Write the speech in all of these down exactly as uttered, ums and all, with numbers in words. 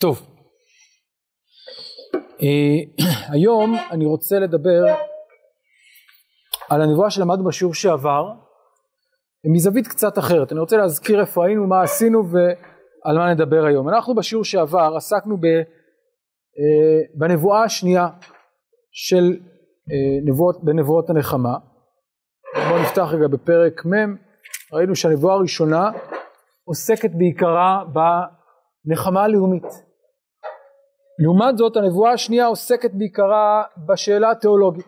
טוב, היום אני רוצה לדבר על הנבואה שלמדנו בשיעור שעבר, מזווית קצת אחרת. אני רוצה להזכיר איפה היינו, מה עשינו ועל מה נדבר היום. אנחנו בשיעור שעבר עסקנו בנבואה השנייה של נבואות, בנבואות הנחמה. בואו נפתח רגע בפרק מ'. ראינו שהנבואה הראשונה עוסקת בעיקרה בנחמה הלאומית. לעומת זאת הנבואה השנייה עוסקת בעיקרה בשאלה התיאולוגית.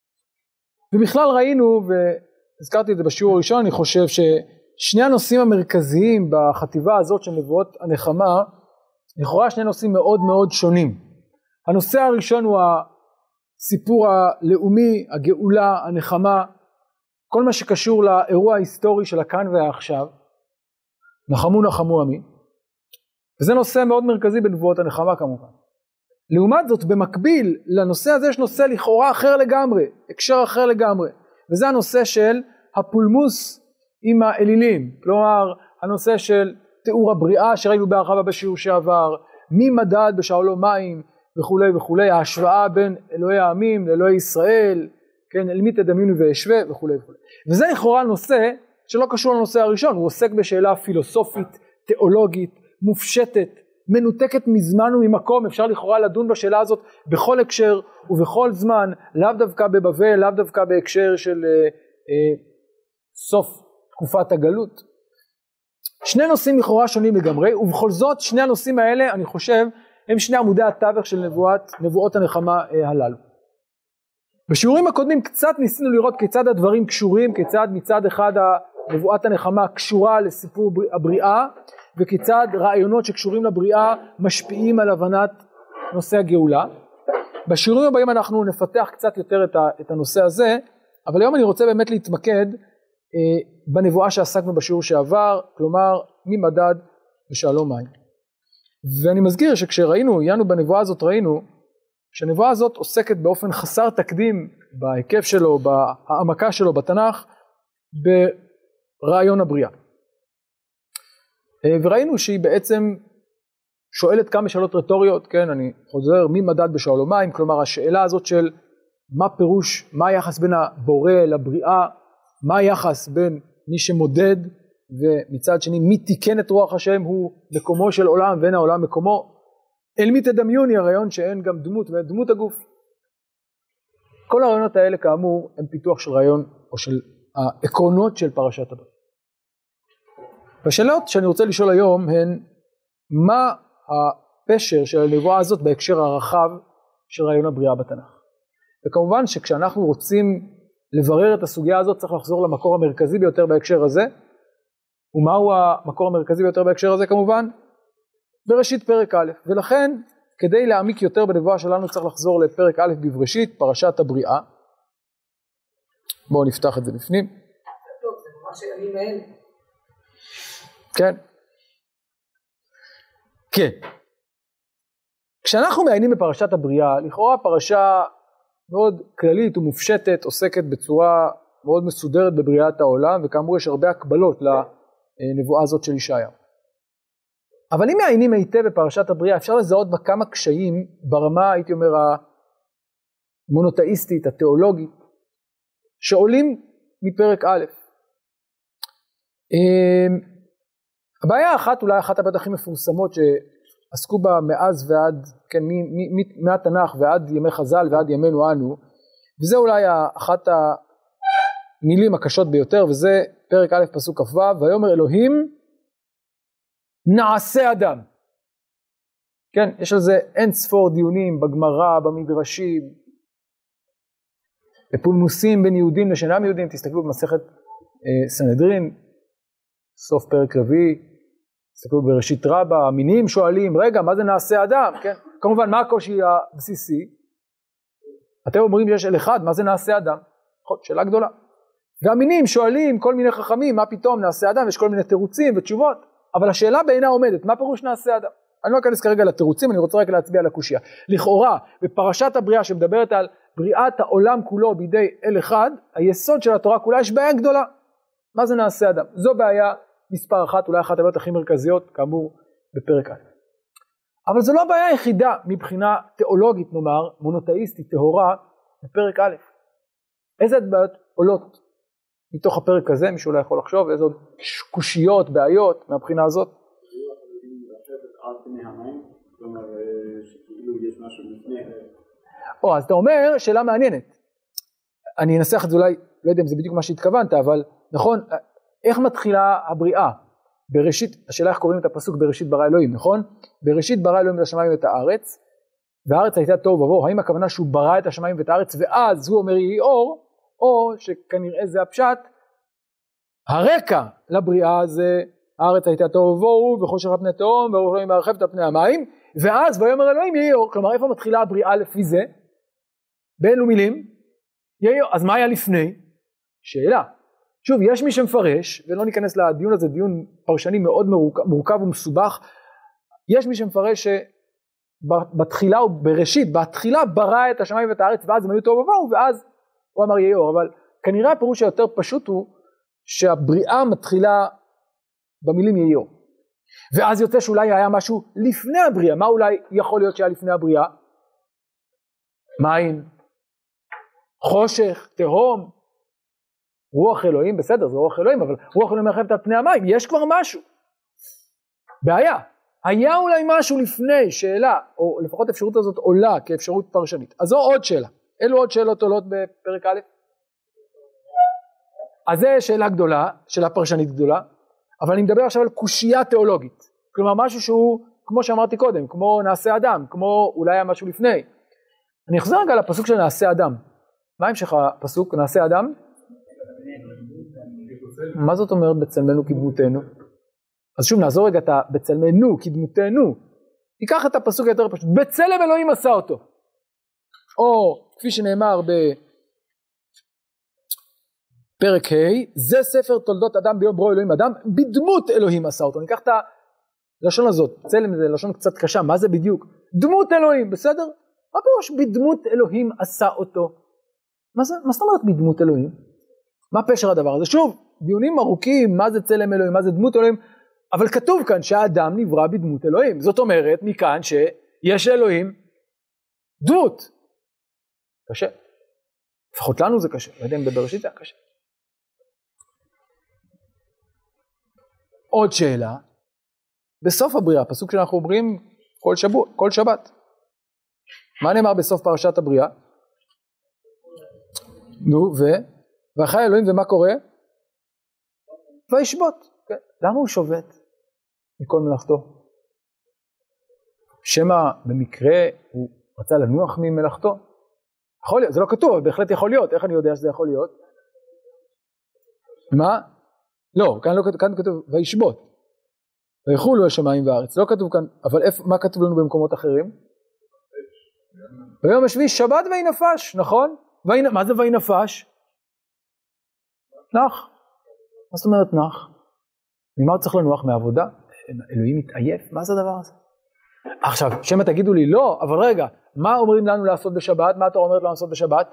ובכלל ראינו, והזכרתי את זה בשיעור הראשון, אני חושב ששני הנושאים המרכזיים בחטיבה הזאת של נבואות הנחמה, לכאורה שני נושאים מאוד מאוד שונים. הנושא הראשון הוא הסיפור הלאומי, הגאולה, הנחמה, כל מה שקשור לאירוע ההיסטורי של הכאן והעכשיו, נחמו נחמו עמי, וזה נושא מאוד מרכזי בנבואות הנחמה כמובן. לעומת זאת במקביל לנושא הזה יש נושא לכאורה אחר לגמרי, הקשר אחר לגמרי, וזה הנושא של הפולמוס עם האלילים, כלומר הנושא של תיאור הבריאה שראינו בהרחבה בשיעור שעבר, מי מדד בשאולו מים וכולי וכולי, ההשוואה בין אלוהי העמים לאלוהי ישראל, כן, אל מי תדמיינו ואשווה וכולי וכולי. וזה לכאורה נושא שלא קשור לנושא הראשון, הוא עוסק בשאלה פילוסופית, תיאולוגית, מופשטת, מנותקת מזמן וממקום. אפשר לכאורה לדון בשאלה הזאת בכל הקשר ובכל זמן, לאו דווקא בבבל, לאו דווקא בהקשר של אה, אה, סוף תקופת הגלות. שני נושאים לכאורה שונים לגמרי, ובכל זאת שני הנושאים האלה אני חושב הם שני עמודי התווך של נבואת, נבואות הנחמה אה, הללו. בשיעורים הקודמים קצת ניסינו לראות כיצד הדברים קשורים, כיצד מצד אחד נבואת הנחמה קשורה לסיפור הבריאה, וכיצד רעיונות שקשורים לבריאה משפיעים על הבנת נושא הגאולה. בשיעורים הבאים אנחנו נפתח קצת יותר את הנושא הזה, אבל היום אני רוצה באמת להתמקד בנבואה שעסקנו בשיעור שעבר, כלומר ממדד בשאולו מים. ואני מזכיר שכשראינו, עיינו בנבואה הזאת, ראינו שהנבואה הזאת עוסקת באופן חסר תקדים בהיקף שלו, בהעמקה שלו בתנ"ך, ברעיון הבריאה. וראינו שהיא בעצם שואלת כמה שאלות רטוריות, כן, אני חוזר, מי מדד בשאולו מים, כלומר השאלה הזאת של מה פירוש, מה היחס בין הבורא לבריאה, מה היחס בין מי שמודד, ומצד שני מי תיקן את רוח השם, הוא מקומו של עולם ואין העולם מקומו, אל מי תדמיוני, הרעיון שאין גם דמות ואין דמות הגוף. כל הרעיונות האלה כאמור הם פיתוח של רעיון או של העקרונות של פרשת הבריאה. והשאלות שאני רוצה לשאול היום הן מה הפשר של הנבואה הזאת בהקשר הרחב של רעיון הבריאה בתנ"ך. וכמובן שכשאנחנו רוצים לברר את הסוגיה הזאת צריך לחזור למקור המרכזי ביותר בהקשר הזה. ומהו המקור המרכזי ביותר בהקשר הזה כמובן? בראשית פרק א', ולכן כדי להעמיק יותר בנבואה שלנו צריך לחזור לפרק א' בבראשית, פרשת הבריאה. בואו נפתח את זה בפנים. טוב, זה ממש הימים האלה. כן. כן. כשאנחנו מעיינים בפרשת הבריאה, לכאורה פרשה מאוד כללית ומופשטת, עוסקת בצורה מאוד מסודרת בבריאת העולם, וכאמור יש הרבה הקבלות לנבואה הזאת של ישעיהו. אבל אם מעיינים היטב בפרשת הבריאה, אפשר לזהות בה כמה קשיים ברמה, הייתי אומר, המונותאיסטית, התיאולוגית, שעולים מפרק א'. הבעיה האחת, אולי אחת הבעיות הכי מפורסמות שעסקו בה מאז ועד, כן, מהתנ"ך ועד ימי חז"ל ועד ימינו אנו, וזה אולי אחת המילים הקשות ביותר, וזה פרק א' פסוק כ"ו, ויאמר אלוהים נעשה אדם. כן, יש על זה אין ספור דיונים בגמרא, במדרשים, בפולמוסים בין יהודים לשאינם יהודים. תסתכלו במסכת אה, סנהדרין, סוף פרק רביעי, תסתכלו בראשית רבה, המינים שואלים, רגע, מה זה נעשה אדם? כן, כמובן, מה הקושי הבסיסי? אתם אומרים יש אל אחד, מה זה נעשה אדם? שאלה גדולה. והמינים שואלים כל מיני חכמים, מה פתאום נעשה אדם? יש כל מיני תירוצים ותשובות. אבל השאלה בעינה עומדת, מה פירוש נעשה אדם? אני לא אכנס כרגע לתירוצים, אני רוצה רק להצביע על הקושיה. לכאורה, בפרשת הבריאה שמדברת על בריאת העולם כולו בידי אל אחד, היסוד של התורה כולה יש בעיה גדולה. מה זה נעשה אדם? זו בעיה מספר אחת, אולי אחת הבעיות הכי מרכזיות, כאמור, בפרק א'. אבל זו לא הבעיה היחידה מבחינה תיאולוגית, נאמר, מונותאיסטית, טהורה, בפרק א'. איזה בעיות עולות מתוך הפרק הזה, מישהו לא יכול לחשוב, איזה עוד קושיות, בעיות מהבחינה הזאת? או, אז אתה אומר, שאלה מעניינת. אני אנסח את זה אולי, לא יודע אם זה בדיוק מה שהתכוונת, אבל נכון, איך מתחילה הבריאה? בראשית, השאלה איך קוראים את הפסוק בראשית ברא אלוהים, נכון? בראשית ברא אלוהים את השמיים ואת הארץ, והארץ הייתה תוהו ובוהו. האם הכוונה שהוא ברא את השמיים ואת הארץ, ואז הוא אומר יהי אור, או שכנראה זה הפשט, הרקע לבריאה זה, הארץ הייתה תוהו ובוהו, וחושך על פני תהום, ואור אלוהים מרחפת על פני המים, ואז ויאמר אלוהים יהי אור. כלומר, איפה מתחילה הבריאה לפי זה? באילו מילים? יהי אור. אז מה היה לפני? שאלה. שוב, יש מי שמפרש, ולא ניכנס לדיון הזה, דיון פרשני מאוד מורכב, מורכב ומסובך, יש מי שמפרש שבתחילה או בראשית, בתחילה ברא את השמיים ואת הארץ, ואז הם היו תוהו ובוהו, ואז הוא אמר יהי אור. אבל כנראה הפירוש היותר פשוט הוא, שהבריאה מתחילה במילים יהי אור. ואז יוצא שאולי היה משהו לפני הבריאה. מה אולי יכול להיות שהיה לפני הבריאה? מים, חושך, תהום, רוח אלוהים, בסדר, זה רוח אלוהים, אבל רוח אלוהים מרחפת על פני המים, יש כבר משהו. בעיה, היה אולי משהו לפני, שאלה, או לפחות האפשרות הזאת עולה כאפשרות פרשנית. אז זו עוד שאלה. אלו עוד שאלות עולות בפרק א'. אז זו שאלה גדולה, שאלה פרשנית גדולה, אבל אני מדבר עכשיו על קושייה תיאולוגית. כלומר, משהו שהוא, כמו שאמרתי קודם, כמו נעשה אדם, כמו אולי היה משהו לפני. אני אחזור רגע לפסוק של נעשה אדם. מה המשך הפסוק, נעשה אדם? מה זאת אומרת בצלמנו כדמותנו? אז שוב נעזור רגע את בצלמנו כדמותנו. תיקח את הפסוק יותר פשוט, בצלם אלוהים עשה אותו. או כפי שנאמר בפרק ה', זה ספר תולדות אדם ביום ברוא אלוהים אדם, בדמות אלוהים עשה אותו. ניקח את הלשון הזאת, צלם זה לשון קצת קשה, מה זה בדיוק? דמות אלוהים, בסדר? מה פירוש בדמות אלוהים עשה אותו? מה זה, מה זאת אומרת בדמות אלוהים? מה פשר הדבר הזה? שוב, דיונים ארוכים, מה זה צלם אלוהים, מה זה דמות אלוהים, אבל כתוב כאן שהאדם נברא בדמות אלוהים. זאת אומרת, מכאן שיש אלוהים דמות. קשה. לפחות לנו זה קשה. לא יודע אם בבראשית זה קשה. עוד שאלה. בסוף הבריאה, פסוק שאנחנו אומרים כל שבוע, כל שבת. מה נאמר בסוף פרשת הבריאה? נו, ו... ואחי אלוהים, ומה קורה? וישבות. כן. למה הוא שובת מכל מלאכתו? שמא במקרה הוא רצה לנוח ממלאכתו? יכול להיות, זה לא כתוב, אבל בהחלט יכול להיות. איך אני יודע שזה יכול להיות? מה? לא, כאן, לא, כאן כתוב וישבות. ויחולו השמיים והארץ. לא כתוב כאן, אבל איפ, מה כתוב לנו במקומות אחרים? ביום השביעי שבת וינפש, נכון? וין, מה זה וינפש? נח. מה זאת אומרת נח? ממה הוא צריך לנוח מעבודה? אלוהים מתעייף? מה זה הדבר הזה? עכשיו, שמא תגידו לי, לא, אבל רגע, מה אומרים לנו לעשות בשבת? מה אתה אומרת לנו לעשות בשבת?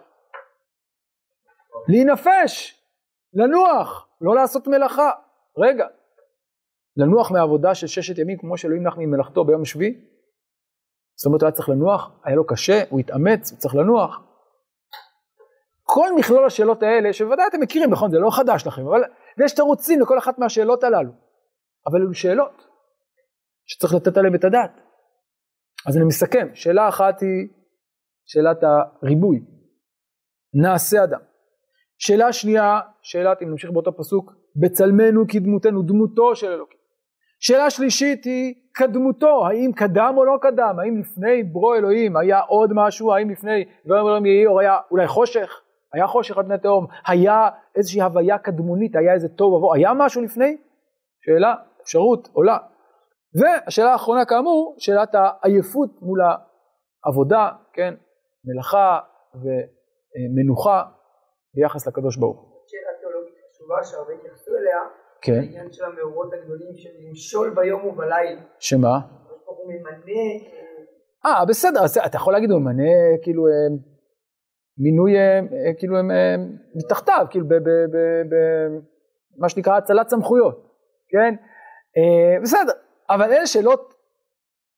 להינפש, לנוח, לא לעשות מלאכה. רגע, לנוח מעבודה של ששת ימים, כמו שאלוהים נח ממלאכתו ביום השביעי? זאת אומרת, הוא היה צריך לנוח, היה לו קשה, הוא התאמץ, הוא צריך לנוח. כל מכלול השאלות האלה, שבוודאי אתם מכירים, נכון, זה לא חדש לכם, אבל יש תירוצים לכל אחת מהשאלות הללו. אבל אלו שאלות שצריך לתת עליהן את הדעת. אז אני מסכם, שאלה אחת היא שאלת הריבוי, נעשה אדם. שאלה שנייה, שאלת, אם נמשיך באותו פסוק, בצלמנו כדמותנו, דמותו של אלוקים. שאלה שלישית היא קדמותו, האם קדם או לא קדם, האם לפני ברוא אלוהים היה עוד משהו, האם לפני ויאמר אלוהים יהי אור היה אולי חושך, היה חושך על פני תהום, היה איזושהי הוויה קדמונית, היה איזה תוהו ובוהו, היה משהו לפני? שאלה, אפשרות, עולה. והשאלה האחרונה כאמור, שאלת העייפות מול העבודה, כן, מלאכה ומנוחה ביחס לקדוש ברוך הוא. שאלה תיאולוגית חשובה שהרבה התייחסו אליה, כן. העניין של המאורות הגדולים של למשול ביום ובלילה. שמה? הוא ממנה... אה, בסדר, אז אתה יכול להגיד, הוא ממנה כאילו מינוי, כאילו הם מתחתיו, כאילו במה שנקרא הצלת סמכויות, כן? בסדר, אבל אלה שאלות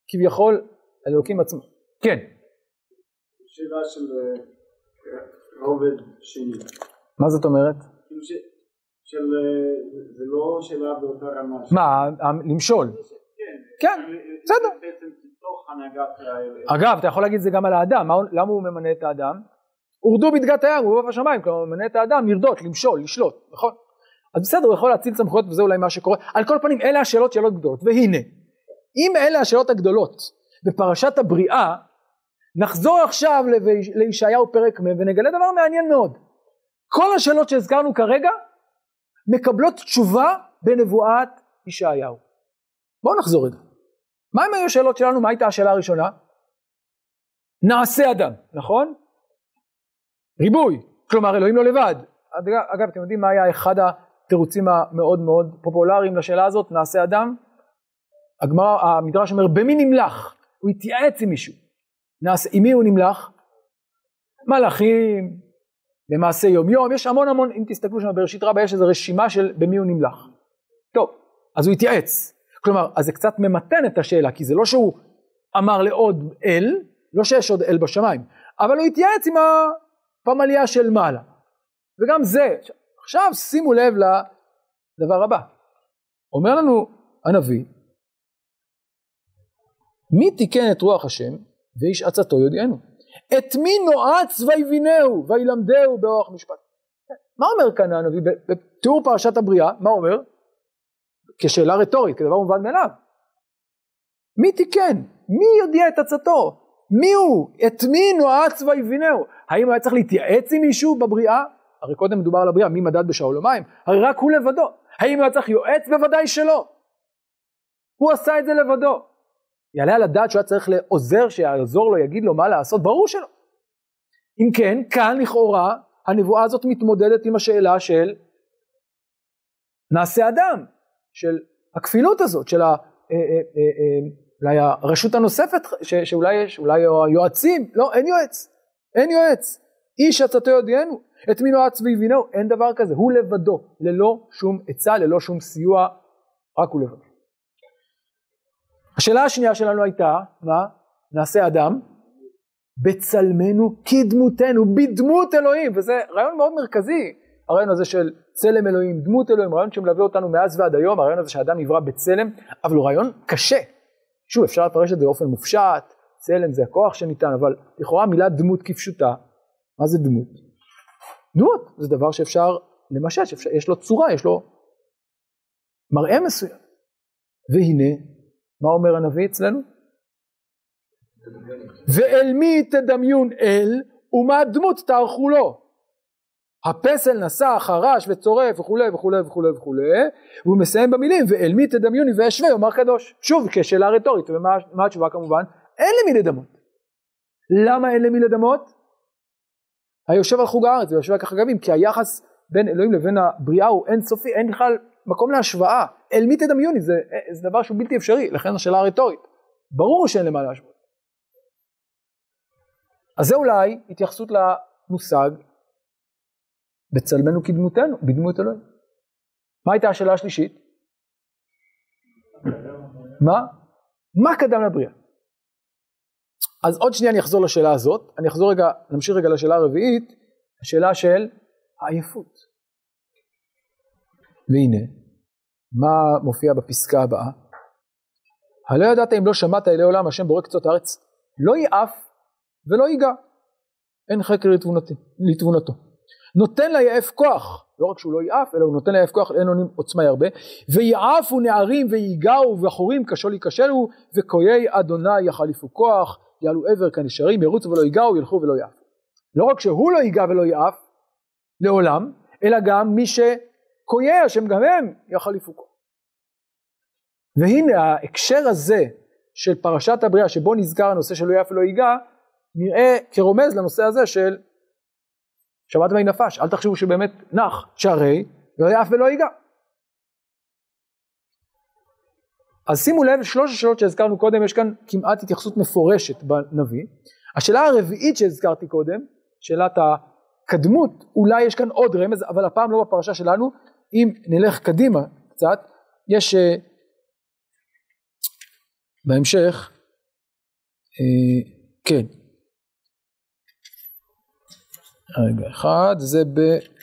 כביכול אלוקים עצמו. כן. שאלה של רובד שני. מה זאת אומרת? של, זה לא שאלה באותה רמה. מה, למשול? כן, בסדר. בעצם תוך הנהגת האלה. אגב, אתה יכול להגיד זה גם על האדם, למה הוא ממנה את האדם? הורדו בדגת הים, הוא בא בשמיים, כלומר הוא ממנה את האדם לרדות, למשול, לשלוט, נכון? אז בסדר, הוא יכול להציל סמכויות וזה אולי מה שקורה. על כל פנים, אלה השאלות שאלות גדולות, והנה, אם אלה השאלות הגדולות בפרשת הבריאה, נחזור עכשיו לישעיהו פרק מ' ונגלה דבר מעניין מאוד. כל השאלות שהזכרנו כרגע, מקבלות תשובה בנבואת ישעיהו. בואו נחזור רגע. מה הם היו השאלות שלנו? מה הייתה השאלה הראשונה? נעשה אדם, נכון? ריבוי, כלומר אלוהים לא לבד. אגב, אתם יודעים מה היה אחד התירוצים המאוד מאוד פופולריים לשאלה הזאת? נעשה אדם. הגמרא, המדרש אומר, במי נמלך? הוא התייעץ עם מישהו. נעשה, עם מי הוא נמלך? מלאכים, למעשה יום יום, יש המון המון, אם תסתכלו שם בראשית רבה, יש איזו רשימה של במי הוא נמלך. טוב, אז הוא התייעץ. כלומר, אז זה קצת ממתן את השאלה, כי זה לא שהוא אמר לעוד אל, לא שיש עוד אל בשמיים, אבל הוא התייעץ עם הפמליה של מעלה. וגם זה, עכשיו שימו לב לדבר הבא. אומר לנו הנביא, מי תיקן את רוח השם, ואיש עצתו יודענו. את מי נועץ ויבינהו, וילמדהו באורח משפט. מה אומר כאן הנביא? בתיאור פרשת הבריאה, מה אומר? כשאלה רטורית, כדבר מובן מאליו. מי תיקן? מי יודיע את עצתו? מי הוא? את מי נועץ ויבינהו? האם היה צריך להתייעץ עם מישהו בבריאה? הרי קודם מדובר על הבריאה, מי מדד בשאול ומים? הרי רק הוא לבדו. האם היה צריך יועץ? בוודאי שלא. הוא עשה את זה לבדו. יעלה על הדעת שהוא היה צריך לעוזר שיעזור לו, יגיד לו מה לעשות, ברור שלא. אם כן, כאן לכאורה הנבואה הזאת מתמודדת עם השאלה של נעשה אדם, של הכפילות הזאת, של אולי הרשות הנוספת שאולי יש, אולי היועצים, לא, אין יועץ, אין יועץ, איש עצתו יודענו, את מי נועץ ויבינהו, אין דבר כזה, הוא לבדו, ללא שום עצה, ללא שום סיוע, רק הוא לבדו. השאלה השנייה שלנו הייתה, מה? נעשה אדם, בצלמנו כדמותנו, בדמות אלוהים, וזה רעיון מאוד מרכזי, הרעיון הזה של צלם אלוהים, דמות אלוהים, רעיון שמלווה אותנו מאז ועד היום, הרעיון הזה שהאדם נברא בצלם, אבל הוא רעיון קשה. שוב, אפשר לפרש את זה באופן מופשט, צלם זה הכוח שניתן, אבל לכאורה מילה דמות כפשוטה, מה זה דמות? דמות זה דבר שאפשר למשש, אפשר, יש לו צורה, יש לו מראה מסוים. והנה, מה אומר הנביא אצלנו? ואל מי תדמיון אל, ומה דמות תערכו לו? הפסל נשא, חרש וצורף וכו' וכו' וכו' וכו', והוא מסיים במילים, ואל מי תדמיוני ואשווה, יאמר קדוש. שוב, כשאלה רטורית, ומה התשובה כמובן? אין למי לדמות. למה אין למי לדמות? היושב על חוג הארץ, ויושב על כך אגבים, כי היחס בין אלוהים לבין הבריאה הוא אין סופי, אין בכלל מקום להשוואה. אל מי תדמיוני, זה, זה דבר שהוא בלתי אפשרי, לכן השאלה הרטורית. ברור שאין למה להשוות. אז זה אולי התייחסות למושג, בצלמנו כדמותנו, בדמות אלוהים. מה הייתה השאלה השלישית? מה? מה קדם לבריאה? אז עוד שנייה אני אחזור לשאלה הזאת, אני אחזור רגע, נמשיך רגע לשאלה הרביעית, השאלה של העייפות. והנה, מה מופיע בפסקה הבאה? הלא ידעת אם לא שמעת אלי עולם השם בורא קצות הארץ, לא יעף ולא ייגע, אין חקר לתבונתו. נותן ליעף כוח, לא רק שהוא לא יעף, אלא הוא נותן ליעף כוח, אין עונים עוצמה הרבה, ויעפו נערים ויגעו ובחורים כשול ייכשלו, וקויי אדוני יחליפו כוח, יעלו עבר כנשרים, ירוצו ולא ייגעו, ילכו ולא יעפו. לא רק שהוא לא ייגע ולא יעף לעולם, אלא גם מי שקויי השם גם הם יחליפו כוח. והנה ההקשר הזה של פרשת הבריאה, שבו נזכר הנושא של לא יעף ולא ייגע, נראה כרומז לנושא הזה של שבת מי נפש, אל תחשבו שבאמת נח, שהרי לא יעף ולא ייגע. אז שימו לב, שלוש השאלות שהזכרנו קודם, יש כאן כמעט התייחסות מפורשת בנביא. השאלה הרביעית שהזכרתי קודם, שאלת הקדמות, אולי יש כאן עוד רמז, אבל הפעם לא בפרשה שלנו, אם נלך קדימה קצת, יש בהמשך, כן. רגע אחד, זה ב...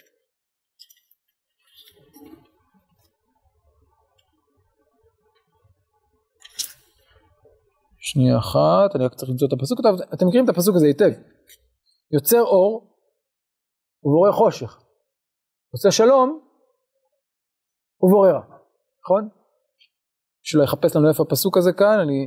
שנייה אחת, אני רק צריך למצוא את הפסוק, אתם מכירים את הפסוק הזה היטב. יוצר אור ובורא חושך. עושה שלום ובורא רע. נכון? שלא יחפש לנו איפה הפסוק הזה כאן, אני...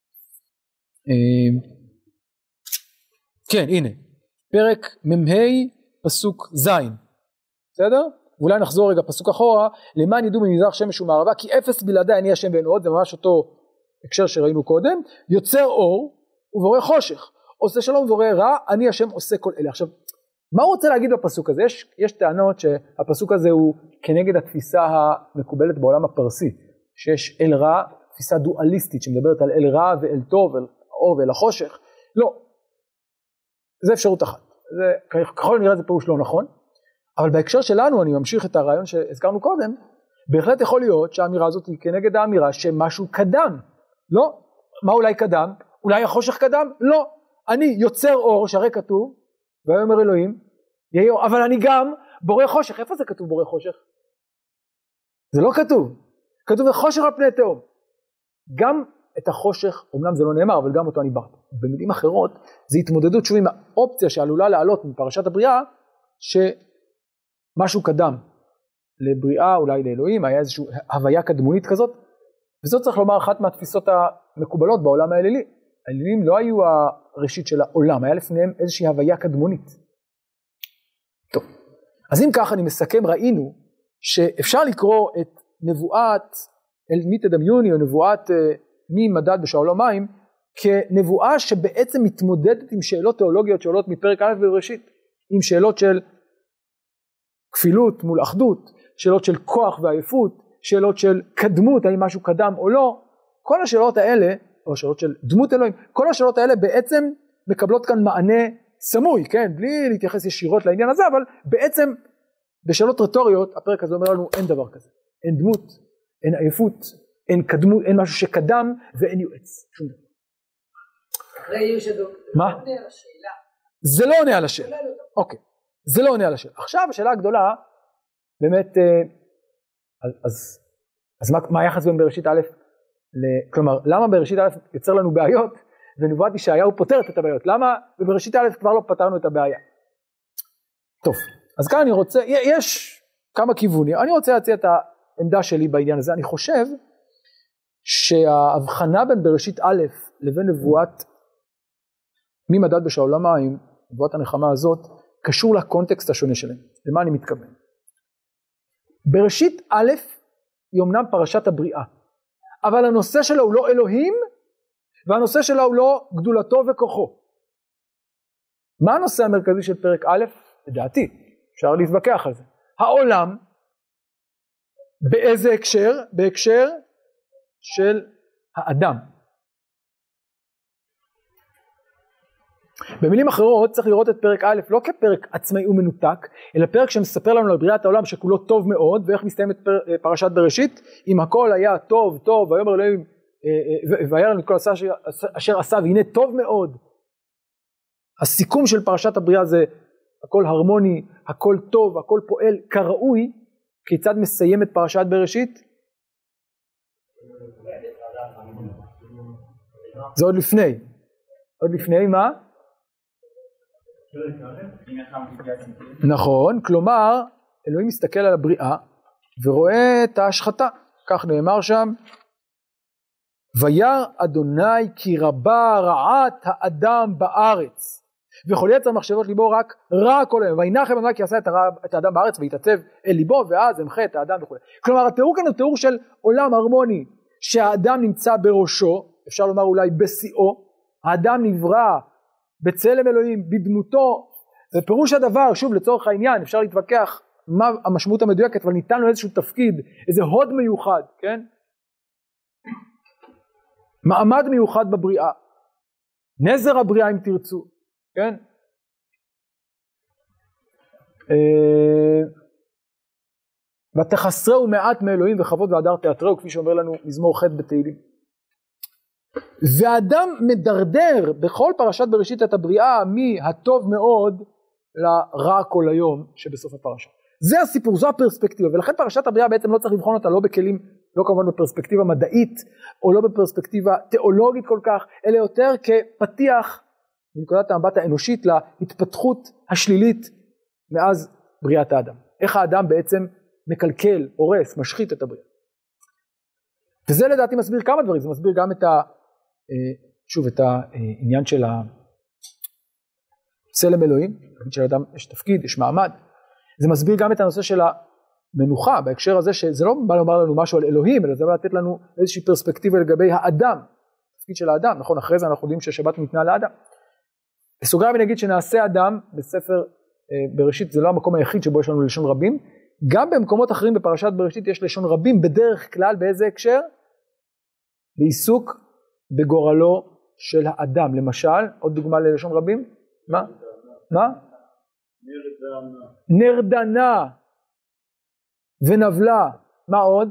כן, הנה. פרק ממהי פסוק זין. בסדר? ואולי נחזור רגע פסוק אחורה, למען ידעו ממזרח שמש ומערבה, כי אפס בלעדי אני השם ואין עוד, זה ממש אותו הקשר שראינו קודם, יוצר אור ובורא חושך, עושה שלום ובורא רע, אני השם עושה כל אלה. עכשיו, מה הוא רוצה להגיד בפסוק הזה? יש, יש טענות שהפסוק הזה הוא כנגד התפיסה המקובלת בעולם הפרסי, שיש אל רע, תפיסה דואליסטית שמדברת על אל רע ואל טוב, אל האור ואל החושך. לא, זה אפשרות אחת. זה, ככל נראה זה פירוש לא נכון, אבל בהקשר שלנו, אני ממשיך את הרעיון שהזכרנו קודם, בהחלט יכול להיות שהאמירה הזאת היא כנגד האמירה שמשהו קדם. לא, מה אולי קדם? אולי החושך קדם? לא, אני יוצר אור, שהרי כתוב, ויאמר אלוהים, יהי אור, אבל אני גם בורא חושך. איפה זה כתוב בורא חושך? זה לא כתוב. כתוב חושך על פני תהום. גם את החושך, אומנם זה לא נאמר, אבל גם אותו אני ברתי. במילים אחרות, זה התמודדות שוב עם האופציה שעלולה לעלות מפרשת הבריאה, שמשהו קדם לבריאה, אולי לאלוהים, היה איזושהי הוויה קדמונית כזאת, וזאת צריך לומר אחת מהתפיסות המקובלות בעולם האלילי. האלילים לא היו הראשית של העולם, היה לפניהם איזושהי הוויה קדמונית. טוב, אז אם כך אני מסכם, ראינו שאפשר לקרוא את נבואת אל מי תדמיוני, או נבואת מי מדד בשעול המים, כנבואה שבעצם מתמודדת עם שאלות תיאולוגיות שעולות מפרק א' בבראשית, עם שאלות של כפילות מול אחדות, שאלות של כוח ועייפות, שאלות של קדמות, האם משהו קדם או לא. כל השאלות האלה, או שאלות של דמות אלוהים, כל השאלות האלה בעצם מקבלות כאן מענה סמוי, כן, בלי להתייחס ישירות לעניין הזה, אבל בעצם בשאלות רטוריות, הפרק הזה אומר לנו אין דבר כזה, אין דמות, אין עייפות, אין קדמות, אין משהו שקדם ואין יועץ, שום דבר. אחרי יושדו, מה? זה לא עונה על השאלה. זה לא עונה על השאלה, אוקיי, זה לא עונה על השאלה. עכשיו השאלה הגדולה, באמת, אז, אז מה, מה היחס בין בראשית א', ל, כלומר, למה בראשית א' יוצר לנו בעיות, ונבואת ישעיהו פותרת את הבעיות? למה בבראשית א' כבר לא פתרנו את הבעיה? טוב, אז כאן אני רוצה, יש כמה כיוונים, אני רוצה להציע את העמדה שלי בעניין הזה. אני חושב שההבחנה בין בראשית א' לבין נבואת מי מדד בשעול המים, נבואת הנחמה הזאת, קשור לקונטקסט השונה שלהם. למה אני מתכוון? בראשית א' היא אמנם פרשת הבריאה, אבל הנושא שלה הוא לא אלוהים, והנושא שלה הוא לא גדולתו וכוחו. מה הנושא המרכזי של פרק א'? לדעתי, אפשר להתווכח על זה. העולם, באיזה הקשר? בהקשר של האדם. במילים אחרות צריך לראות את פרק א' לא כפרק עצמאי ומנותק, אלא פרק שמספר לנו על בריאת העולם שכולו טוב מאוד, ואיך מסתיימת פרשת בראשית, אם הכל היה טוב טוב, ויאמר אלוהים והיה לנו את כל אשר עשה, והנה טוב מאוד. הסיכום של פרשת הבריאה זה הכל הרמוני, הכל טוב, הכל פועל כראוי. כיצד מסיימת פרשת בראשית? זה עוד לפני. עוד לפני מה? נכון, כלומר אלוהים מסתכל על הבריאה ורואה את ההשחתה, כך נאמר שם, וירא אדוני כי רבה רעת האדם בארץ, וכל יצר מחשבות ליבו רק רע כל היום, וינחם אדוני כי עשה את, הרע, את האדם בארץ ויתעצב אל ליבו, ואז ימחה את האדם וכו'. כלומר התיאור כאן הוא תיאור של עולם הרמוני, שהאדם נמצא בראשו, אפשר לומר אולי בשיאו, האדם נברא בצלם אלוהים, בדמותו, ופירוש הדבר, שוב לצורך העניין, אפשר להתווכח מה המשמעות המדויקת, אבל ניתן לו איזשהו תפקיד, איזה הוד מיוחד, כן? מעמד מיוחד בבריאה, נזר הבריאה אם תרצו, כן? ותחסרהו מעט מאלוהים וכבוד והדר תיאטרהו, כפי שאומר לנו מזמור ח' בתהילים. והאדם מדרדר בכל פרשת בראשית את הבריאה מהטוב מאוד לרע כל היום שבסוף הפרשה. זה הסיפור, זו הפרספקטיבה, ולכן פרשת הבריאה בעצם לא צריך לבחון אותה לא בכלים, לא כמובן בפרספקטיבה מדעית, או לא בפרספקטיבה תיאולוגית כל כך, אלא יותר כפתיח מנקודת המבט האנושית להתפתחות השלילית מאז בריאת האדם. איך האדם בעצם מקלקל, הורס, משחית את הבריאה. וזה לדעתי מסביר כמה דברים, זה מסביר גם את ה... שוב, את העניין של צלם אלוהים, שלאדם יש תפקיד, יש מעמד, זה מסביר גם את הנושא של המנוחה, בהקשר הזה שזה לא בא לומר לנו משהו על אלוהים, אלא זה בא לתת לנו איזושהי פרספקטיבה לגבי האדם, תפקיד של האדם, נכון, אחרי זה אנחנו יודעים שהשבת ניתנה לאדם. בסוגריים אני אגיד שנעשה אדם בספר בראשית, זה לא המקום היחיד שבו יש לנו לשון רבים, גם במקומות אחרים בפרשת בראשית יש לשון רבים, בדרך כלל באיזה הקשר? בעיסוק בגורלו של האדם, למשל, עוד דוגמה ללשון רבים, מה? מה? נרדנה ונבלה, מה עוד?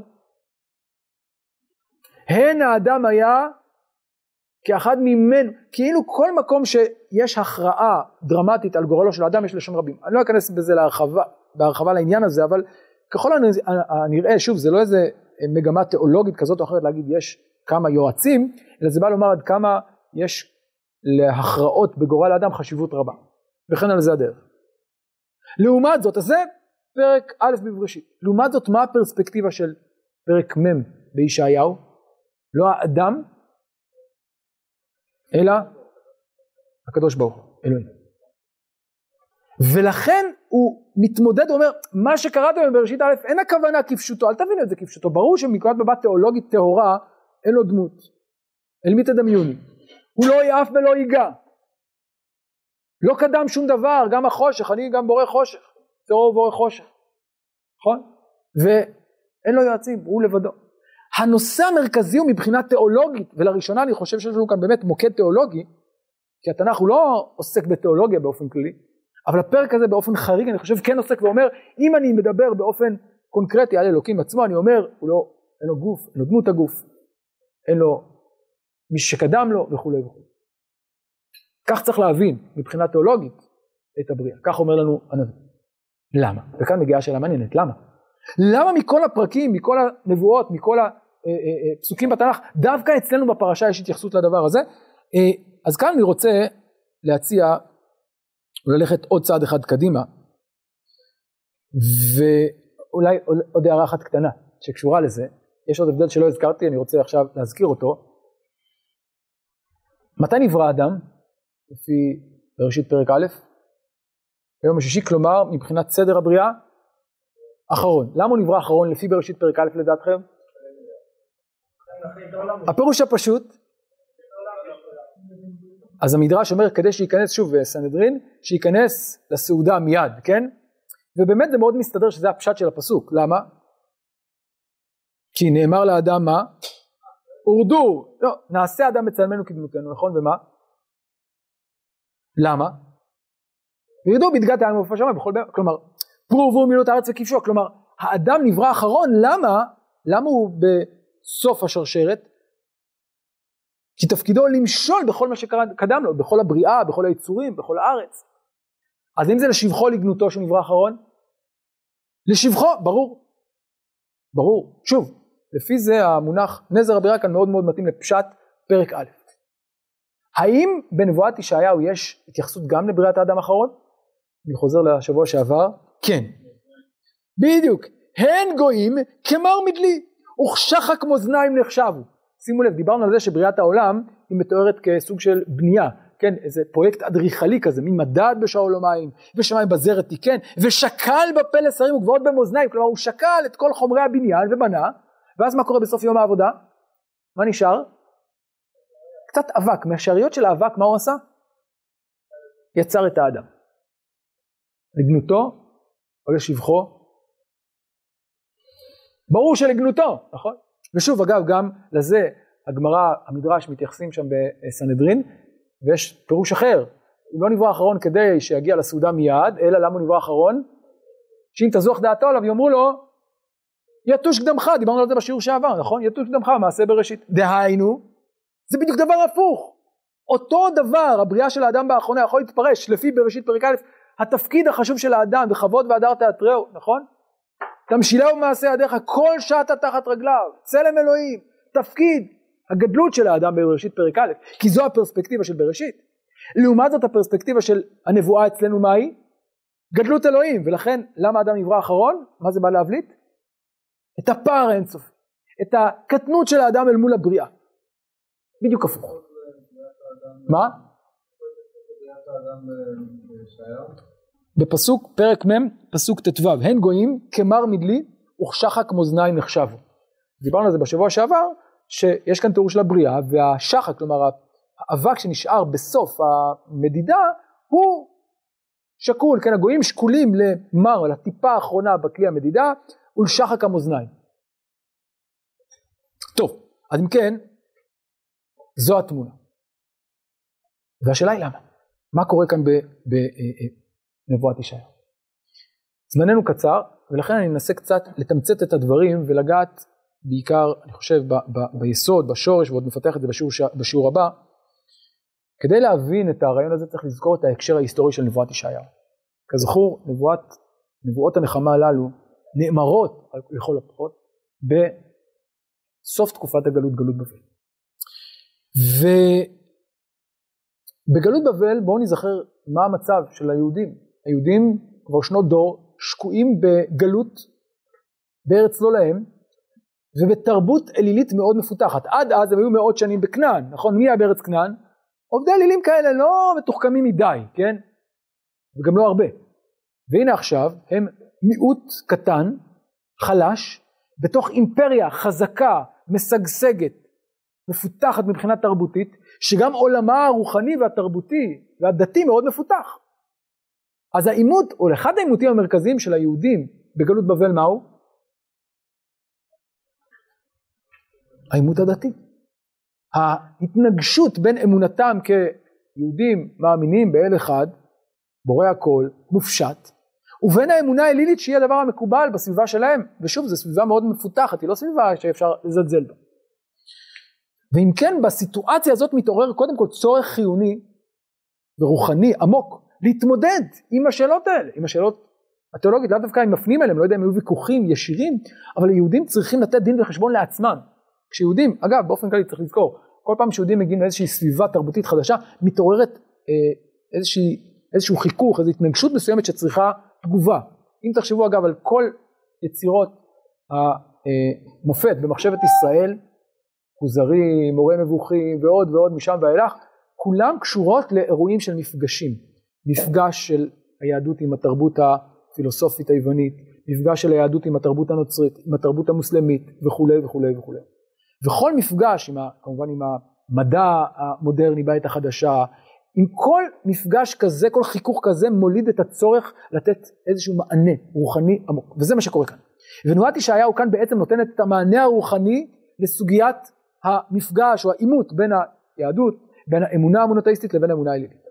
הן האדם היה כאחד ממנו, כאילו כל מקום שיש הכרעה דרמטית על גורלו של האדם יש לשון רבים. אני לא אכנס בזה להרחבה, בהרחבה לעניין הזה, אבל ככל הנראה, שוב, זה לא איזה מגמה תיאולוגית כזאת או אחרת להגיד יש כמה יועצים, אלא זה בא לומר עד כמה יש להכרעות בגורל האדם חשיבות רבה, וכן על זה הדרך. לעומת זאת, אז זה פרק א' בבראשית. לעומת זאת, מה הפרספקטיבה של פרק מ' בישעיהו? לא האדם, אלא הקדוש ברוך הוא, אלוהים. ולכן הוא מתמודד, הוא אומר, מה שקראתם בבראשית א', אין הכוונה כפשוטו, אל תבינו את זה כפשוטו, ברור שמנקודת מבט תיאולוגית טהורה, אין לו דמות, אל מי תדמיוני, הוא לא יעף ולא ייגע, לא קדם שום דבר, גם החושך, אני גם בורא חושך, טהור בורא חושך, נכון? ואין לו יועצים, הוא לבדו. הנושא המרכזי הוא מבחינה תיאולוגית, ולראשונה אני חושב שיש לנו כאן באמת מוקד תיאולוגי, כי התנ"ך הוא לא עוסק בתיאולוגיה באופן כללי, אבל הפרק הזה באופן חריג אני חושב כן עוסק ואומר, אם אני מדבר באופן קונקרטי על אלוקים עצמו, אני אומר, הוא לא, אין לו גוף, אין לו דמות הגוף, אין לו מי שקדם לו וכו' וכו'. כך צריך להבין מבחינה תיאולוגית את הבריאה, כך אומר לנו הנביא. למה? וכאן מגיעה שאלה מעניינת, למה? למה מכל הפרקים, מכל הנבואות, מכל הפסוקים בתנ"ך, דווקא אצלנו בפרשה יש התייחסות לדבר הזה? אז כאן אני רוצה להציע, ללכת עוד צעד אחד קדימה, ואולי עוד הערה אחת קטנה שקשורה לזה, יש עוד הבדל שלא הזכרתי, אני רוצה עכשיו להזכיר אותו. מתי נברא אדם? לפי בראשית פרק א', ביום השישי, כלומר מבחינת סדר הבריאה, אחרון. למה הוא נברא אחרון לפי בראשית פרק א' לדעתכם? הפירוש הפשוט, אז המדרש אומר כדי שייכנס שוב בסנהדרין, שייכנס לסעודה מיד, כן? ובאמת זה מאוד מסתדר שזה הפשט של הפסוק. למה? כי נאמר לאדם מה? הורדו, לא, נעשה אדם בצלמנו כדמותנו, נכון? ומה? למה? וירדו בדגת העם ובעוף השמיים, בכל... כלומר, פרו ורבו מילות הארץ וכבשוה, כלומר, האדם נברא אחרון, למה? למה הוא בסוף השרשרת? כי תפקידו למשול בכל מה שקדם לו, בכל הבריאה, בכל היצורים, בכל הארץ. אז אם זה לשבחו לגנותו שנברא אחרון? לשבחו, ברור. ברור. שוב, לפי זה המונח נזר הבריאה כאן מאוד מאוד מתאים לפשט פרק א'. האם בנבואת ישעיהו יש התייחסות גם לבריאת האדם האחרון? אני חוזר לשבוע שעבר. כן. בדיוק. הן גויים כמר מדלי, וכשחק מאזניים נחשבו. שימו לב, דיברנו על זה שבריאת העולם היא מתוארת כסוג של בנייה, כן, איזה פרויקט אדריכלי כזה, מין מדד בשאול המים, ושמיים בזרת תיקן, ושקל בפה לשרים וגבעות במאזניים, כלומר הוא שקל את כל חומרי הבניין ובנה, ואז מה קורה בסוף יום העבודה? מה נשאר? קצת אבק, מהשאריות של האבק, מה הוא עשה? יצר את האדם. לגנותו או לשבחו? ברור שלגנותו, נכון? ושוב אגב גם לזה הגמרא, המדרש מתייחסים שם בסנהדרין, ויש פירוש אחר, הוא לא נברא אחרון כדי שיגיע לסעודה מיד, אלא למה הוא נברא אחרון? שאם תזוח דעתו עליו יאמרו לו, יתוש קדמך, דיברנו על זה בשיעור שעבר, נכון? יתוש קדמך, מעשה בראשית. דהיינו, זה בדיוק דבר הפוך. אותו דבר, הבריאה של האדם באחרונה יכול להתפרש, לפי בראשית פרק א', התפקיד החשוב של האדם, בכבוד והדר תיאטרהו, נכון? תמשילהו במעשה ידיך, כל שעתה תחת רגליו, צלם אלוהים, תפקיד, הגדלות של האדם בראשית פרק א', כי זו הפרספקטיבה של בראשית. לעומת זאת הפרספקטיבה של הנבואה אצלנו מה היא? גדלות אלוהים, ולכן למה האדם נברא אחרון? מה זה בא להבליט? את הפער האינסופי, את הקטנות של האדם אל מול הבריאה. בדיוק הפוך. מה? בפסוק פרק מ' פסוק ט"ו, הן גויים כמר מדלי וכשחק מאזניים נחשבו. דיברנו על זה בשבוע שעבר, שיש כאן תיאור של הבריאה, והשחק, כלומר האבק שנשאר בסוף המדידה, הוא שקול, כן, הגויים שקולים למר, לטיפה האחרונה בכלי המדידה, ולשחק המאזניים. טוב, אז אם כן, זו התמונה. והשאלה היא למה? מה קורה כאן בנבואת ישעיהו? זמננו קצר, ולכן אני אנסה קצת לתמצת את הדברים, ולגעת בעיקר, אני חושב, ב- ב- ביסוד, בשורש, ועוד נפתח את זה בשיעור, בשיעור הבא. כדי להבין את הרעיון הזה, צריך לזכור את ההקשר ההיסטורי של נבואת ישעיהו. כזכור, נבואת, נבואות הנחמה הללו, נאמרות, לכל הפחות, בסוף תקופת הגלות, גלות בבל. ו... בגלות בבל בואו נזכר מה המצב של היהודים. היהודים כבר שנות דור שקועים בגלות בארץ לא להם ובתרבות אלילית מאוד מפותחת. עד אז הם היו מאות שנים בכנען, נכון? מי היה בארץ כנען? עובדי אלילים כאלה לא מתוחכמים מדי, כן? וגם לא הרבה. והנה עכשיו הם מיעוט קטן, חלש, בתוך אימפריה חזקה, משגשגת, מפותחת מבחינה תרבותית, שגם עולמה הרוחני והתרבותי והדתי מאוד מפותח. אז האימות, או אחד האימותים המרכזיים של היהודים בגלות בבל מהו? האימות הדתי. ההתנגשות בין אמונתם כיהודים מאמינים באל אחד, בורא הכל, מופשט, ובין האמונה האלילית שהיא הדבר המקובל בסביבה שלהם, ושוב זו סביבה מאוד מפותחת, היא לא סביבה שאפשר לזלזל בה. ואם כן, בסיטואציה הזאת מתעורר קודם כל צורך חיוני ורוחני עמוק, להתמודד עם השאלות האלה, עם השאלות התיאולוגית, לא דווקא עם מפנים אליהם, לא יודע אם היו ויכוחים ישירים, אבל היהודים צריכים לתת דין וחשבון לעצמם. כשיהודים, אגב, באופן כללי צריך לזכור, כל פעם שיהודים מגיעים לאיזושהי סביבה תרבותית חדשה, מתעוררת אה, איזושהי, איזשהו חיכוך, איזו התנגשות מסוימת שצריכה תגובה. אם תחשבו אגב על כל יצירות המופת במחשבת ישראל, כוזרי, מורה מבוכי ועוד ועוד משם ואילך, כולם קשורות לאירועים של מפגשים. מפגש של היהדות עם התרבות הפילוסופית היוונית, מפגש של היהדות עם התרבות הנוצרית, עם התרבות המוסלמית וכו' וכו' וכו'. וכל מפגש, עם ה, כמובן עם המדע המודרני בעת החדשה, עם כל מפגש כזה, כל חיכוך כזה מוליד את הצורך לתת איזשהו מענה רוחני עמוק. וזה מה שקורה כאן. ונבואת ישעיהו כאן בעצם נותנת את המענה הרוחני לסוגיית המפגש או האימות בין היהדות, בין האמונה המונותאיסטית לבין האמונה האלילית.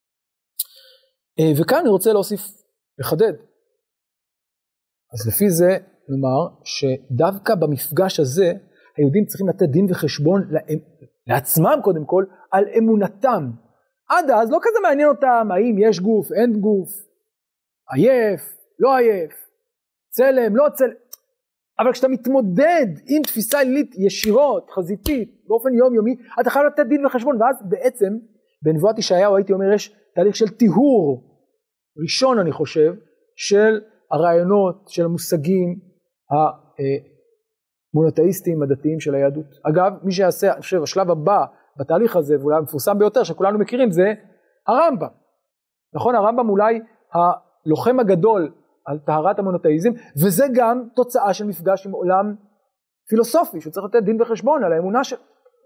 וכאן אני רוצה להוסיף, לחדד. אז לפי זה נאמר שדווקא במפגש הזה, היהודים צריכים לתת דין וחשבון לעצמם קודם כל, על אמונתם. עד אז לא כזה מעניין אותם, האם יש גוף, אין גוף, עייף, לא עייף, צלם, לא צלם. אבל כשאתה מתמודד עם תפיסה אלילית ישירות, חזיתית, באופן יומיומי, אתה חייב לתת דין וחשבון, ואז בעצם, בנבואת ישעיהו הייתי אומר, יש תהליך של טיהור ראשון, אני חושב, של הרעיונות, של המושגים המונותאיסטיים, הדתיים של היהדות. אגב, מי שיעשה, אני חושב, השלב הבא בתהליך הזה, ואולי המפורסם ביותר, שכולנו מכירים, זה הרמב"ם. נכון, הרמב"ם אולי הלוחם הגדול על טהרת המונותאיזם, וזה גם תוצאה של מפגש עם עולם פילוסופי, שצריך לתת דין וחשבון על האמונה של...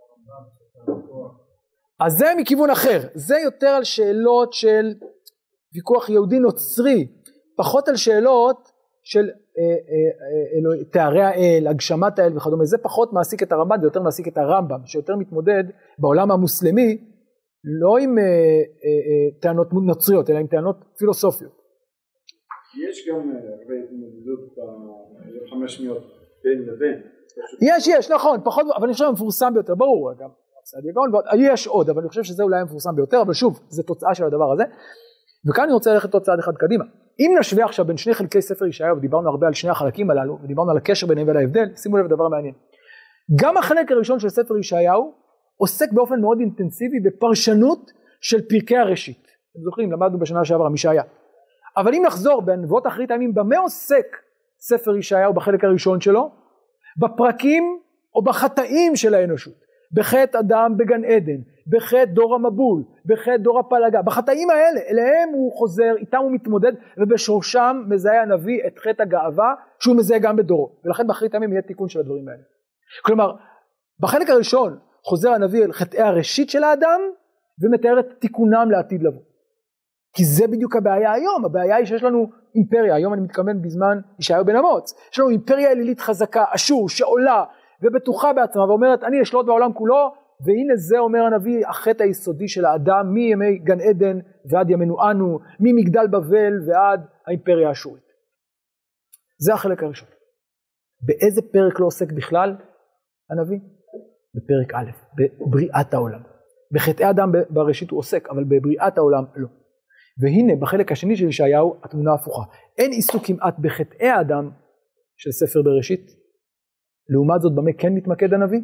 אז זה מכיוון אחר, זה יותר על שאלות של ויכוח יהודי נוצרי, פחות על שאלות של אה, אה, אה, תארי האל, הגשמת האל וכדומה, זה פחות מעסיק את הרמב"ם, זה יותר מעסיק את הרמב"ם, שיותר מתמודד בעולם המוסלמי, לא עם אה, אה, אה, טענות נוצריות, אלא עם טענות פילוסופיות. יש גם הרבה התמודדות ב-חמש מאות בין לבין. יש, יש, נכון, פחות, אבל אני חושב המפורסם ביותר, ברור, גם סעדיה גאון, יש עוד, אבל אני חושב שזה אולי המפורסם ביותר, אבל שוב, זה תוצאה של הדבר הזה. וכאן אני רוצה ללכת עוד צעד אחד קדימה. אם נשווה עכשיו בין שני חלקי ספר ישעיהו, ודיברנו הרבה על שני החלקים הללו, ודיברנו על הקשר ביניהם ועל ההבדל, שימו לב דבר מעניין. גם החלק הראשון של ספר ישעיהו, עוסק באופן מאוד אינטנסיבי בפרשנות של פרקי הראשית. אתם זוכרים, למדנו בשנה שעברה מישעיה. אבל אם נחזור בנבואות אחרית הימים, במה עוסק ספר ישעיהו בחלק הראשון שלו? בפרקים או בחטאים של האנושות. בחטא אדם בגן עדן, בחטא דור המבול, בחטא דור הפלגה. בחטאים האלה, אליהם הוא חוזר, איתם הוא מתמודד, ובשורשם מזהה הנביא את חטא הגאווה, שהוא מזהה גם בדורו. ולכן באחרית הימים יהיה תיקון של הדברים האלה. כלומר, בחלק הראשון חוזר הנביא אל חטאי הראשית של האדם, ומתאר את תיקונם לעתיד לבוא. כי זה בדיוק הבעיה היום, הבעיה היא שיש לנו אימפריה, היום אני מתכוון בזמן ישעיהו בן אמוץ, יש לנו אימפריה אלילית חזקה, אשור, שעולה ובטוחה בעצמה, ואומרת אני אשלוט בעולם כולו, והנה זה אומר הנביא, החטא היסודי של האדם, מימי גן עדן ועד ימינו אנו, ממגדל בבל ועד האימפריה האשורית. זה החלק הראשון. באיזה פרק לא עוסק בכלל הנביא? בפרק א', בבריאת העולם. בחטאי אדם בראשית הוא עוסק, אבל בבריאת העולם לא. והנה בחלק השני של ישעיהו התמונה הפוכה. אין עיסוק כמעט בחטאי האדם של ספר בראשית. לעומת זאת במה כן מתמקד הנביא?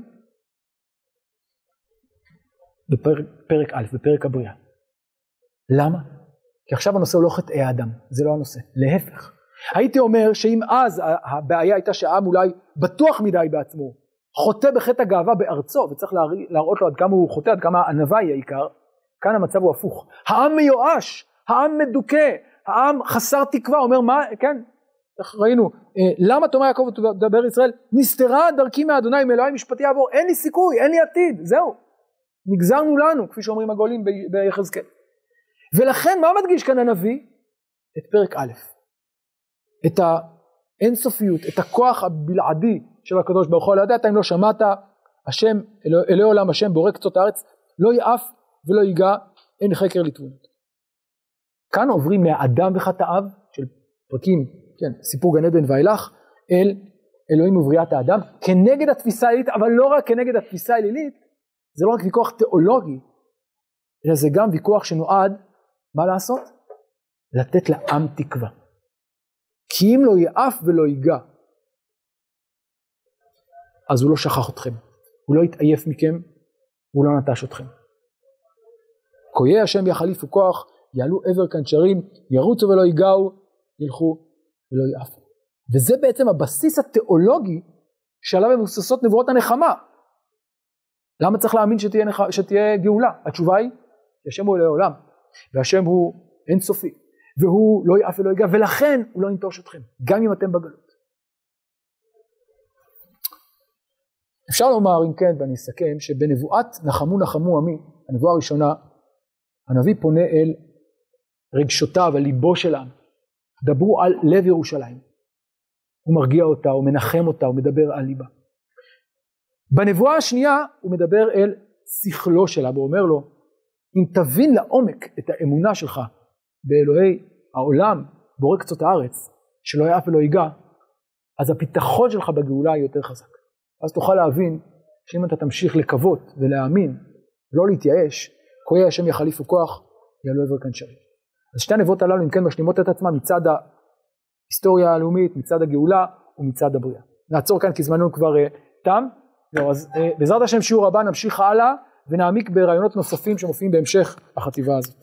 בפרק פרק א', בפרק הבריאה. למה? כי עכשיו הנושא הוא לא חטאי האדם, זה לא הנושא. להפך. הייתי אומר שאם אז הבעיה הייתה שהעם אולי בטוח מדי בעצמו, חוטא בחטא הגאווה בארצו, וצריך להראות לו עד כמה הוא חוטא, עד כמה הענווה היא העיקר, כאן המצב הוא הפוך. העם מיואש, העם מדוכא, העם חסר תקווה, אומר מה, כן, ראינו, למה תאמר יעקב ותדבר ישראל, נסתרה דרכי מאדוני, מאלוהי משפטי יעבור, אין לי סיכוי, אין לי עתיד, זהו, נגזרנו לנו, כפי שאומרים הגולים ביחזקאל. ולכן מה מדגיש כאן הנביא? את פרק א', את האינסופיות, את הכוח הבלעדי של הקדוש ברוך הוא. לא ידעת אם לא שמעת, השם, אלוהי עולם השם בורא קצות הארץ, לא יעף ולא ייגע, אין חקר לתבונות. כאן עוברים מהאדם וחטאיו של פרקים, כן, סיפור גן עדן ואילך, אל אלוהים ובריאת האדם, כנגד התפיסה האלילית, אבל לא רק כנגד התפיסה האלילית, זה לא רק ויכוח תיאולוגי, אלא זה גם ויכוח שנועד, מה לעשות? לתת לעם תקווה. כי אם לא יעף ולא ייגע, אז הוא לא שכח אתכם, הוא לא יתעייף מכם, והוא לא נטש אתכם. כויי השם יחליפו כוח, יעלו עבר כנשרים, ירוצו ולא ייגעו, ילכו ולא יעפו. וזה בעצם הבסיס התיאולוגי שעליו מבוססות נבואות הנחמה. למה צריך להאמין שתהיה, נח... שתהיה גאולה? התשובה היא, השם הוא אלוהי עולם, והשם הוא אינסופי, והוא לא יעף ולא ייגע, ולכן הוא לא ינטוש אתכם, גם אם אתם בגלות. אפשר לומר, אם כן, ואני אסכם, שבנבואת נחמו נחמו עמי, הנבואה הראשונה, הנביא פונה אל רגשותיו, על ליבו שלהם. דברו על לב ירושלים. הוא מרגיע אותה, הוא מנחם אותה, הוא מדבר על ליבה. בנבואה השנייה, הוא מדבר אל שכלו שלה, והוא אומר לו, אם תבין לעומק את האמונה שלך, באלוהי העולם, בורא קצות הארץ, שלא יעף ולא ייגע, אז הביטחון שלך בגאולה יהיה יותר חזק. אז תוכל להבין שאם אתה תמשיך לקוות ולהאמין, לא להתייאש, כויי השם יחליפו כוח, יעלו עבר כנשרים. אז שתי הנבואות הללו, אם כן, משלימות את עצמם מצד ההיסטוריה הלאומית, מצד הגאולה ומצד הבריאה. נעצור כאן כי זמננו כבר uh, תם. לא, אז uh, בעזרת השם שיעור הבא נמשיך הלאה, ונעמיק ברעיונות נוספים שמופיעים בהמשך החטיבה הזאת.